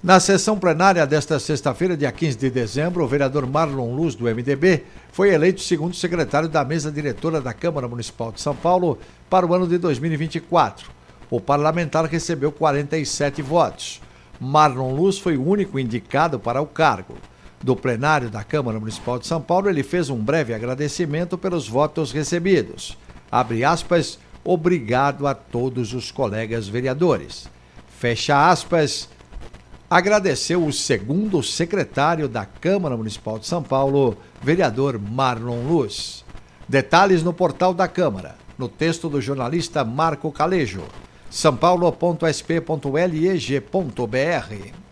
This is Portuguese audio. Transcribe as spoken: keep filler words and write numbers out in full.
Na sessão plenária desta sexta-feira, dia quinze de dezembro, o vereador Marlon Luz, do M D B, foi eleito segundo secretário da mesa diretora da Câmara Municipal de São Paulo para o ano de dois mil e vinte e quatro. O parlamentar recebeu quarenta e sete votos. Marlon Luz foi o único indicado para o cargo. Do plenário da Câmara Municipal de São Paulo, ele fez um breve agradecimento pelos votos recebidos. Abre aspas, obrigado a todos os colegas vereadores. Fecha aspas, agradeceu o segundo secretário da Câmara Municipal de São Paulo, vereador Marlon Luz. Detalhes no portal da Câmara, no texto do jornalista Marco Calejo, são paulo ponto s p ponto leg ponto b r.